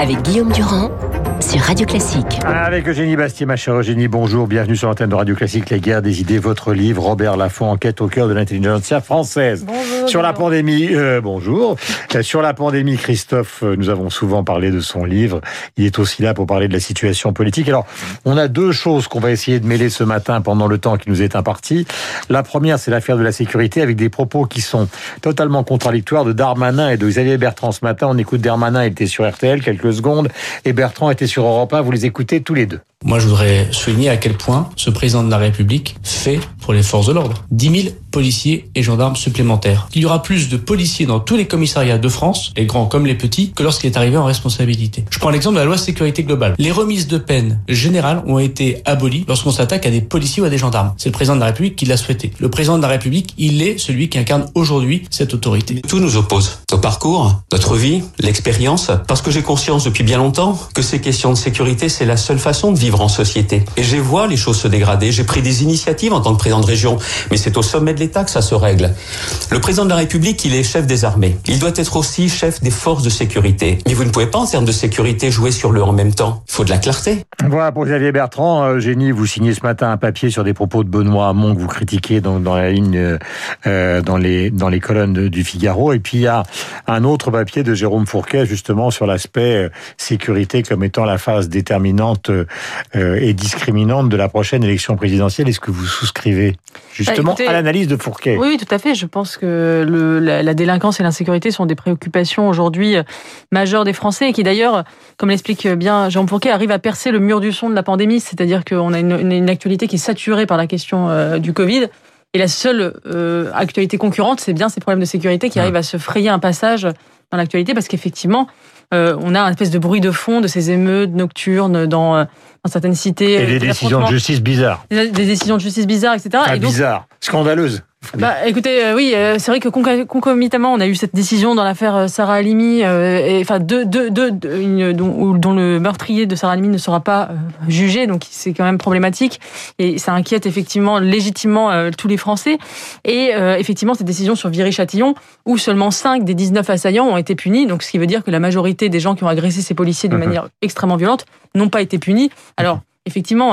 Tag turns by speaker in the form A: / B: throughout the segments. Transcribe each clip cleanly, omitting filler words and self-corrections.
A: avec Guillaume Durand sur Radio Classique.
B: Avec Eugénie Bastier, ma chère Eugénie, bonjour, bienvenue sur l'antenne de Radio Classique, Les Guerres des idées, votre livre, Robert Laffont, enquête au cœur de l'intelligentsia française.
C: Bonjour.
B: Sur la pandémie, bonjour. Sur la pandémie, Christophe, nous avons souvent parlé de son livre. Il est aussi là pour parler de la situation politique. Alors, on a deux choses qu'on va essayer de mêler ce matin pendant le temps qui nous est imparti. La première, c'est l'affaire de la sécurité avec des propos qui sont totalement contradictoires de Darmanin et de Xavier Bertrand ce matin. On écoute Darmanin, il était sur RTL quelques secondes, et Bertrand était sur Europe 1. Vous les écoutez tous les deux.
D: Moi, je voudrais souligner à quel point ce président de la République fait pour les forces de l'ordre. 10 000 policiers et gendarmes supplémentaires. Il y aura plus de policiers dans tous les commissariats de France, les grands comme les petits, que lorsqu'il est arrivé en responsabilité. Je prends l'exemple de la loi sécurité globale. Les remises de peine générales ont été abolies lorsqu'on s'attaque à des policiers ou à des gendarmes. C'est le président de la République qui l'a souhaité. Le président de la République, il est celui qui incarne aujourd'hui cette autorité.
E: Tout nous oppose. Nos parcours, notre vie, l'expérience. Parce que j'ai conscience depuis bien longtemps que ces questions de sécurité, c'est la seule façon de vivre en société. Et je vois les choses se dégrader. J'ai pris des initiatives en tant que président de région, mais c'est au sommet de l'État que ça se règle. Le président de la République, il est chef des armées. Il doit être aussi chef des forces de sécurité. Mais vous ne pouvez pas, en termes de sécurité, jouer sur le en même temps. Il faut de la clarté.
B: Voilà pour Xavier Bertrand. Eugénie, vous signez ce matin un papier sur des propos de Benoît Hamon que vous critiquez dans la ligne, dans les colonnes du Figaro. Et puis il y a un autre papier de Jérôme Fourquet, justement, sur l'aspect sécurité comme étant la phase déterminante et discriminante de la prochaine élection présidentielle. Est-ce que vous souscrivez justement à l'analyse de Fourquet?
C: Oui, tout à fait. Je pense que la délinquance et l'insécurité sont des préoccupations aujourd'hui majeures des Français et qui d'ailleurs, comme l'explique bien Jérôme Fourquet, arrivent à percer le mur du son de la pandémie. C'est-à-dire qu'on a une actualité qui est saturée par la question du Covid. Et la seule actualité concurrente, c'est bien ces problèmes de sécurité qui arrivent à se frayer un passage dans l'actualité parce qu'effectivement, on a une espèce de bruit de fond de ces émeutes nocturnes dans certaines cités.
B: Et des décisions de justice bizarres.
C: Des décisions de justice bizarres, etc.
B: Enfin,
C: et donc,
B: bizarres, scandaleuses.
C: Écoutez, oui, c'est vrai que concomitamment, on a eu cette décision dans l'affaire Sarah Halimi, dont le meurtrier de Sarah Halimi ne sera pas jugé, donc c'est quand même problématique et ça inquiète effectivement légitimement tous les Français. Et effectivement, cette décision sur Viry-Châtillon, où seulement 5 des 19 assaillants ont été punis, donc ce qui veut dire que la majorité des gens qui ont agressé ces policiers de manière extrêmement violente n'ont pas été punis. Alors, effectivement,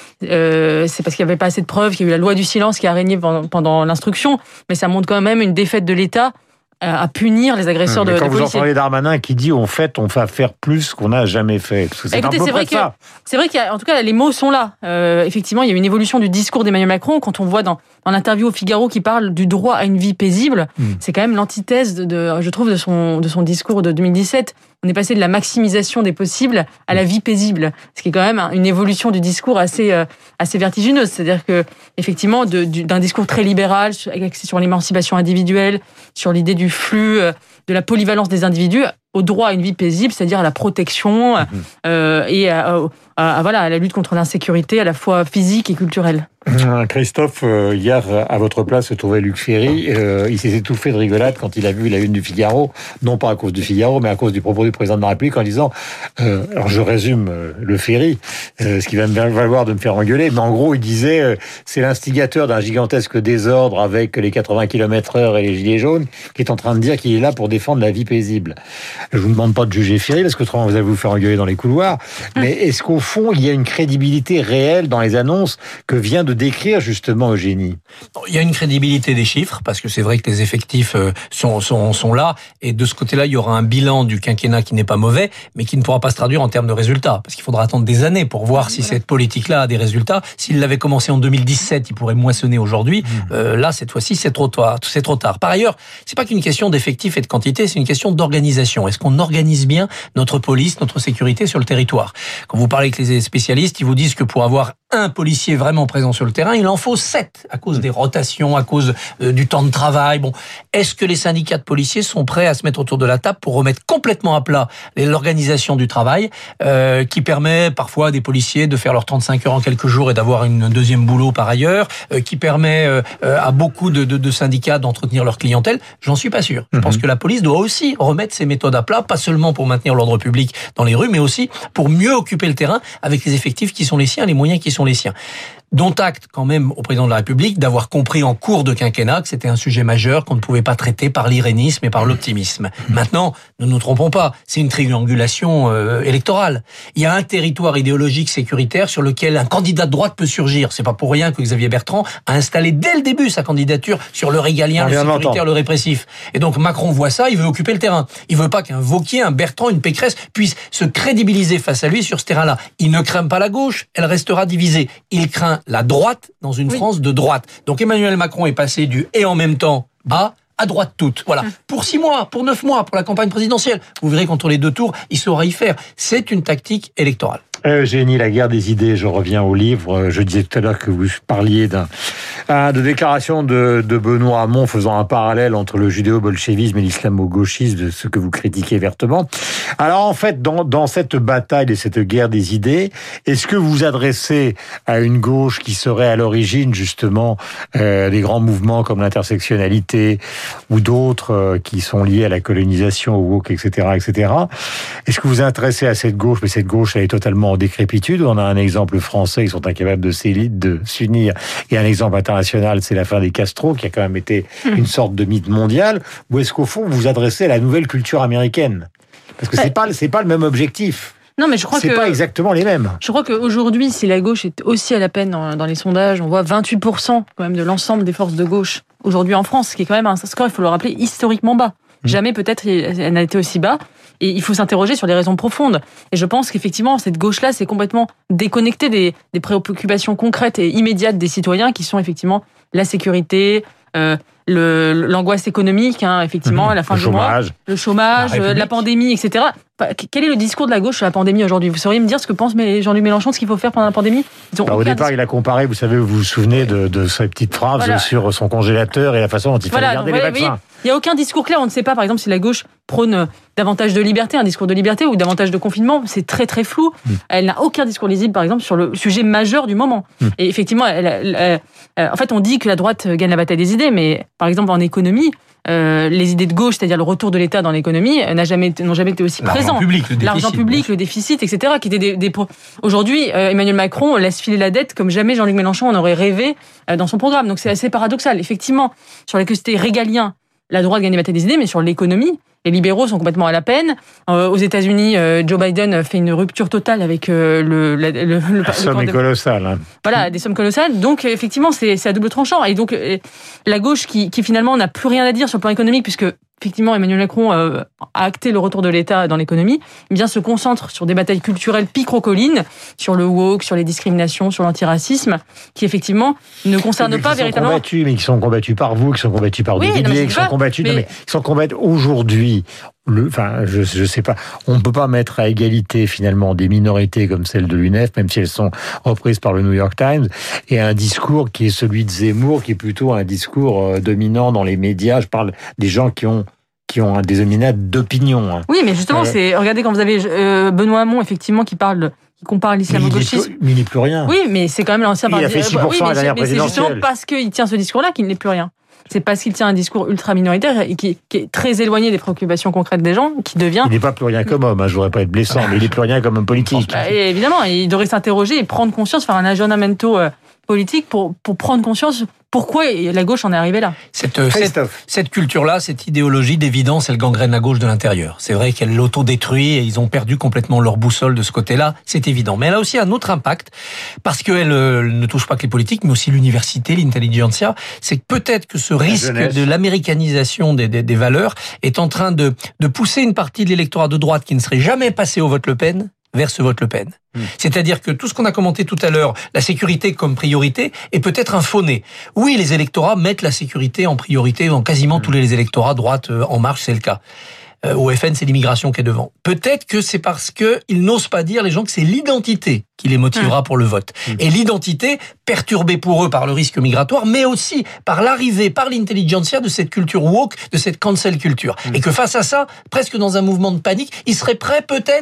C: c'est parce qu'il n'y avait pas assez de preuves, qu'il y a eu la loi du silence qui a régné pendant l'instruction, mais ça montre quand même une défaite de l'État à punir les agresseurs de policiers. Quand
B: vous entendez Darmanin qui dit on va faire plus qu'on n'a jamais fait. C'est
C: écoutez, c'est vrai qu'en tout cas les mots sont là. Effectivement, il y a une évolution du discours d'Emmanuel Macron. Quand on voit dans l'interview au Figaro qui parle du droit à une vie paisible, c'est quand même l'antithèse je trouve de son discours de 2017. On est passé de la maximisation des possibles à la vie paisible, ce qui est quand même une évolution du discours assez vertigineuse. C'est-à-dire que effectivement, d'un discours très libéral axé sur l'émancipation individuelle, sur l'idée du flux, de la polyvalence des individus, au droit à une vie paisible, c'est-à-dire à la protection et à la lutte contre l'insécurité, à la fois physique et culturelle.
B: Christophe, hier, à votre place se trouvait Luc Ferry. Il s'est étouffé de rigolade quand il a vu la une du Figaro, non pas à cause du Figaro, mais à cause du propos du président de la République en disant, alors je résume le Ferry, ce qui va me valoir de me faire engueuler, mais en gros, il disait, c'est l'instigateur d'un gigantesque désordre avec les 80 km/h et les gilets jaunes, qui est en train de dire qu'il est là pour défendre la vie paisible. Je vous demande pas de juger Ferry, parce que autrement vous allez vous faire engueuler dans les couloirs, mais est-ce qu'au fond, il y a une crédibilité réelle dans les annonces que vient de décrire justement Eugénie?
F: Il y a une crédibilité des chiffres, parce que c'est vrai que les effectifs sont là, et de ce côté-là, il y aura un bilan du quinquennat qui n'est pas mauvais, mais qui ne pourra pas se traduire en termes de résultats, parce qu'il faudra attendre des années pour voir si cette politique-là a des résultats. S'il l'avait commencé en 2017, il pourrait moissonner aujourd'hui. Là, cette fois-ci, c'est trop tard. Par ailleurs, c'est pas qu'une question d'effectifs et de quantité, c'est une question d'organisation. Est-ce qu'on organise bien notre police, notre sécurité sur le territoire? Quand vous parlez avec les spécialistes, ils vous disent que pour avoir un policier vraiment présent sur le terrain, il en faut 7 à cause des rotations, à cause du temps de travail. Bon, est-ce que les syndicats de policiers sont prêts à se mettre autour de la table pour remettre complètement à plat l'organisation du travail qui permet parfois à des policiers de faire leurs 35 heures en quelques jours et d'avoir une deuxième boulot par ailleurs, qui permet à beaucoup de syndicats d'entretenir leur clientèle? J'en suis pas sûr. Je pense que la police doit aussi remettre ses méthodes à plat, pas seulement pour maintenir l'ordre public dans les rues, mais aussi pour mieux occuper le terrain avec les effectifs qui sont les siens, les moyens qui sont les siens. Dont acte quand même au président de la République d'avoir compris en cours de quinquennat que c'était un sujet majeur qu'on ne pouvait pas traiter par l'irénisme et par l'optimisme. Maintenant, ne nous trompons pas, c'est une triangulation électorale. Il y a un territoire idéologique sécuritaire sur lequel un candidat de droite peut surgir. C'est pas pour rien que Xavier Bertrand a installé dès le début sa candidature sur le régalien, le sécuritaire, le répressif. Et donc Macron voit ça, il veut occuper le terrain. Il veut pas qu'un Wauquiez, un Bertrand, une Pécresse puisse se crédibiliser face à lui sur ce terrain-là. Il ne craint pas la gauche, elle restera divisée. Il craint la droite dans une France de droite. Donc Emmanuel Macron est passé du « et en même temps » à droite toute. Voilà. Pour 6 mois, pour 9 mois, pour la campagne présidentielle. Vous verrez qu'entre les 2 tours, il saura y faire. C'est une tactique électorale.
B: Eugénie, la guerre des idées, je reviens au livre. Je disais tout à l'heure que vous parliez de déclaration de Benoît Hamon faisant un parallèle entre le judéo-bolchevisme et l'islamo-gauchisme, de ce que vous critiquez vertement. Alors en fait, dans cette bataille et cette guerre des idées, est-ce que vous vous adressez à une gauche qui serait à l'origine justement des grands mouvements comme l'intersectionnalité ou d'autres qui sont liés à la colonisation, au woke, etc., etc. Est-ce que vous vous intéressez à cette gauche, mais cette gauche elle est totalement en décrépitude? On a un exemple français, ils sont incapables de s'unir, et un exemple international, c'est l'affaire des Castro, qui a quand même été une sorte de mythe mondial. Ou est-ce qu'au fond, vous vous adressez à la nouvelle culture américaine? Parce que c'est pas le même objectif.
C: Non, mais je crois
B: c'est pas exactement les mêmes.
C: Je crois qu'aujourd'hui, si la gauche est aussi à la peine dans les sondages, on voit 28% quand même de l'ensemble des forces de gauche aujourd'hui en France, ce qui est quand même un score, il faut le rappeler, historiquement bas. Jamais peut-être elle n'a été aussi bas. Et il faut s'interroger sur les raisons profondes. Et je pense qu'effectivement, cette gauche-là s'est complètement déconnectée des préoccupations concrètes et immédiates des citoyens, qui sont effectivement la sécurité, l'angoisse économique, effectivement, à la fin du mois, le chômage, la pandémie, etc. Quel est le discours de la gauche sur la pandémie aujourd'hui? Vous sauriez me dire ce que pense Jean-Luc Mélenchon de ce qu'il faut faire pendant la pandémie?
B: Au départ, il a comparé, vous vous souvenez de sa petite phrase sur son congélateur et la façon dont il fallait garder les vaccins.
C: Il n'y a aucun discours clair. On ne sait pas, par exemple, si la gauche prône davantage de liberté, un discours de liberté, ou davantage de confinement. C'est très, très flou. Elle n'a aucun discours lisible, par exemple, sur le sujet majeur du moment. Et effectivement, en fait, on dit que la droite gagne la bataille des idées, mais par exemple, en économie, les idées de gauche, c'est-à-dire le retour de l'État dans l'économie, n'ont jamais été aussi présents. L'argent public, le déficit, etc., qui étaient Aujourd'hui, Emmanuel Macron laisse filer la dette comme jamais Jean-Luc Mélenchon en aurait rêvé dans son programme. Donc c'est assez paradoxal. Effectivement, sur la côté régalien, la droite gagne la bataille des idées, mais sur l'économie, les libéraux sont complètement à la peine. Aux États-Unis, Joe Biden fait une rupture totale avec
B: la somme est colossale.
C: Voilà, des sommes colossales. Donc effectivement, c'est à double tranchant. Et donc la gauche qui finalement n'a plus rien à dire sur le plan économique, puisque effectivement Emmanuel Macron a acté le retour de l'État dans l'économie, bien se concentre sur des batailles culturelles picrocolines, sur le woke, sur les discriminations, sur l'antiracisme, qui effectivement ne concernent pas véritablement.
B: Mais qui sont combattus par vous, qui sont combattus par Didier, qui sont combattus, qui sont combattus aujourd'hui. Je sais pas. On ne peut pas mettre à égalité finalement des minorités comme celle de l'UNEF, même si elles sont reprises par le New York Times, et un discours qui est celui de Zemmour, qui est plutôt un discours dominant dans les médias. Je parle des gens qui ont des dominades d'opinion.
C: Oui, mais justement, regardez quand vous avez Benoît Hamon, effectivement, qui compare l'islamo-gauchisme.
B: Mais il n'est plus rien.
C: Oui, mais c'est quand même l'ancien
B: parti. Il a fait 6% à la dernière présidentielle.
C: C'est justement parce qu'il tient ce discours-là qu'il n'est plus rien. C'est parce qu'il tient un discours ultra minoritaire et qui est très éloigné des préoccupations concrètes des gens, qui devient...
B: Il n'est pas plus rien comme homme, je voudrais pas être blessant, mais il n'est plus rien comme homme politique.
C: Et évidemment, il devrait s'interroger et prendre conscience, faire un aggiornamento politique pour prendre conscience pourquoi la gauche en est arrivée là.
F: Cette culture-là, cette idéologie, d'évidence, elle gangrène la gauche de l'intérieur. C'est vrai qu'elle l'autodétruit et ils ont perdu complètement leur boussole de ce côté-là, c'est évident. Mais elle a aussi un autre impact, parce qu'elle ne touche pas que les politiques, mais aussi l'université, l'intelligentsia. C'est que peut-être que ce risque de l'américanisation des valeurs est en train de pousser une partie de l'électorat de droite qui ne serait jamais passé au vote Le Pen vers ce vote Le Pen. C'est-à-dire que tout ce qu'on a commenté tout à l'heure, la sécurité comme priorité, est peut-être un faux-né. Oui, les électorats mettent la sécurité en priorité dans quasiment tous les électorats, droite, En Marche, c'est le cas. Au FN, c'est l'immigration qui est devant. Peut-être que c'est parce qu'ils n'osent pas dire, les gens, que c'est l'identité qui les motivera pour le vote. Et l'identité, perturbée pour eux par le risque migratoire, mais aussi par l'arrivée, par l'intelligentsia de cette culture woke, de cette cancel culture. Et que face à ça, presque dans un mouvement de panique, ils seraient prêts peut-être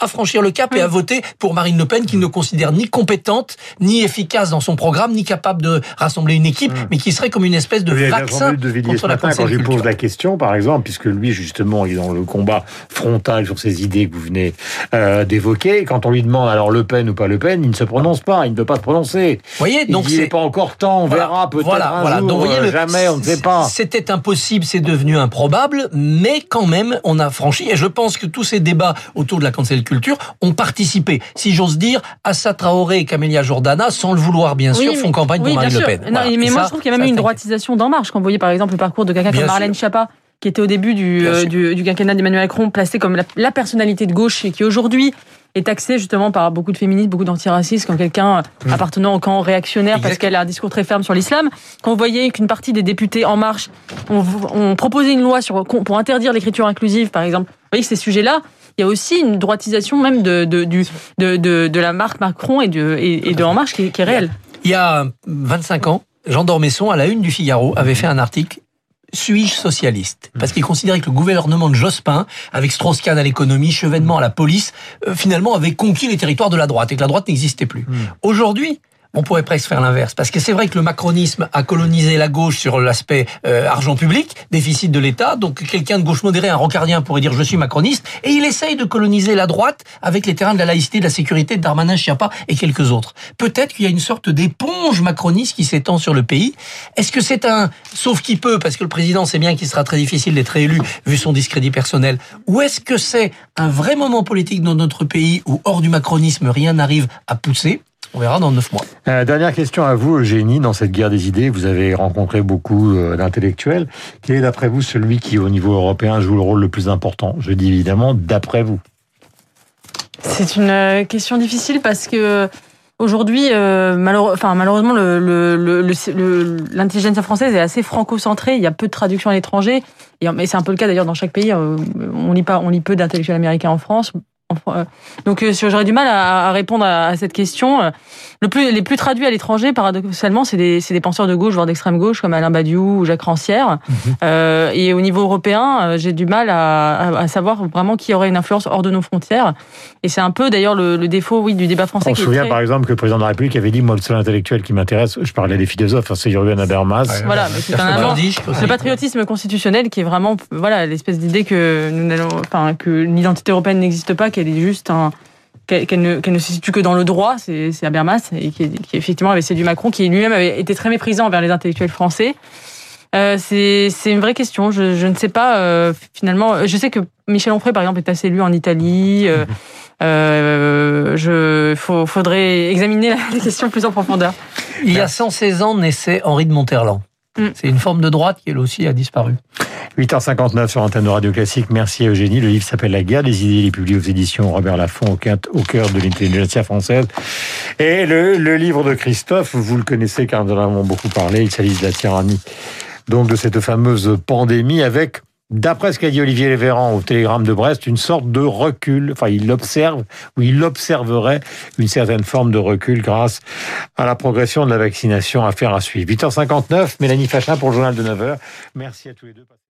F: à franchir le cap et à voter pour Marine Le Pen, qu'il ne considère ni compétente, ni efficace dans son programme, ni capable de rassembler une équipe, mais qui serait comme une espèce de vaccin contre la
B: quand je lui pose la question, par exemple, puisque lui, justement, il est dans le combat frontal sur ces idées que vous venez d'évoquer. Quand on lui demande alors Le Pen ou pas Le Pen, il ne se prononce pas, il ne peut pas se prononcer.
F: Vous voyez, donc
B: il n'est pas encore temps, on verra peut-être un jour,
F: donc,
B: jamais, on ne sait pas.
F: C'était impossible, c'est devenu improbable, mais quand même, on a franchi, et je pense que tous ces débats autour de la cancel culture ont participé, si j'ose dire, Assa Traoré et Camélia Jordana, sans le vouloir bien sûr, font campagne pour Marine Le Pen.
C: Non, mais moi je trouve qu'il y a même eu une droitisation d'En Marche. Quand vous voyez par exemple le parcours de quelqu'un comme Marlène Schiappa, qui était au début du quinquennat d'Emmanuel Macron, placé comme la personnalité de gauche et qui aujourd'hui est taxée justement par beaucoup de féministes, beaucoup d'antiracistes, comme quelqu'un appartenant au camp réactionnaire parce qu'elle a un discours très ferme sur l'islam. Quand vous voyez qu'une partie des députés En Marche ont proposé une loi pour interdire l'écriture inclusive, par exemple, vous voyez que ces sujets-là, il y a aussi une droitisation même de la marque Macron et de En Marche qui est réelle.
F: Il y a 25 ans, Jean d'Ormesson, à la une du Figaro, avait fait un article « Suis-je socialiste ?» Parce qu'il considérait que le gouvernement de Jospin, avec Strauss-Kahn à l'économie, Chevènement à la police, finalement avait conquis les territoires de la droite et que la droite n'existait plus. Aujourd'hui, on pourrait presque faire l'inverse. Parce que c'est vrai que le macronisme a colonisé la gauche sur l'aspect argent public, déficit de l'État. Donc quelqu'un de gauche modéré, un rocardien, pourrait dire « je suis macroniste ». Et il essaye de coloniser la droite avec les terrains de la laïcité, de la sécurité, de Darmanin, Schiappa et quelques autres. Peut-être qu'il y a une sorte d'éponge macroniste qui s'étend sur le pays. Est-ce que c'est un sauf qui peut, parce que le président sait bien qu'il sera très difficile d'être élu vu son discrédit personnel, ou est-ce que c'est un vrai moment politique dans notre pays où hors du macronisme rien n'arrive à pousser ? On verra dans 9 mois.
B: Dernière question à vous, Eugénie. Dans cette guerre des idées, vous avez rencontré beaucoup d'intellectuels. Quel est, d'après vous, celui qui, au niveau européen, joue le rôle le plus important ? Je dis évidemment, d'après vous.
C: C'est une question difficile parce que aujourd'hui, malheureusement, l'intelligentsia française est assez franco-centrée. Il y a peu de traductions à l'étranger. Mais c'est un peu le cas d'ailleurs dans chaque pays. On lit peu d'intellectuels américains en France. Donc j'aurais du mal à répondre à cette question. Les plus traduits à l'étranger, paradoxalement, c'est des penseurs de gauche, voire d'extrême gauche, comme Alain Badiou ou Jacques Rancière. Et au niveau européen, j'ai du mal à savoir vraiment qui aurait une influence hors de nos frontières. Et c'est un peu d'ailleurs le défaut, du débat français.
B: On se souvient par exemple que le président de la République avait dit, moi le seul intellectuel qui m'intéresse, je parlais des philosophes, c'est Jürgen Habermas.
C: Voilà, mais c'est un allemand. Le patriotisme constitutionnel qui est vraiment, l'espèce d'idée que l'identité européenne n'existe pas, qu'elle est juste qu'elle ne se situe que dans le droit, c'est Habermas, et qui effectivement avait séduit Macron, qui lui-même avait été très méprisant envers les intellectuels français. C'est une vraie question. Je ne sais pas, finalement. Je sais que Michel Onfray, par exemple, est assez lu en Italie. Faudrait examiner la question plus en profondeur.
F: Il y a 116 ans naissait Henri de Monterland. C'est une forme de droite qui, elle aussi, a disparu.
B: 8h59 sur l'antenne de Radio Classique. Merci Eugénie. Le livre s'appelle La guerre des idées. Il est publié aux éditions Robert Laffont, au cœur de l'intelligentsia française. Et le livre de Christophe, vous le connaissez car nous en avons beaucoup parlé. Il s'agit de la tyrannie, donc de cette fameuse pandémie avec, d'après ce qu'a dit Olivier Lévéran au Télégramme de Brest, une sorte de recul. Enfin, il observerait une certaine forme de recul grâce à la progression de la vaccination. Affaire à suivre. 8h59, Mélanie Fachin pour le journal de 9h. Merci à tous les deux.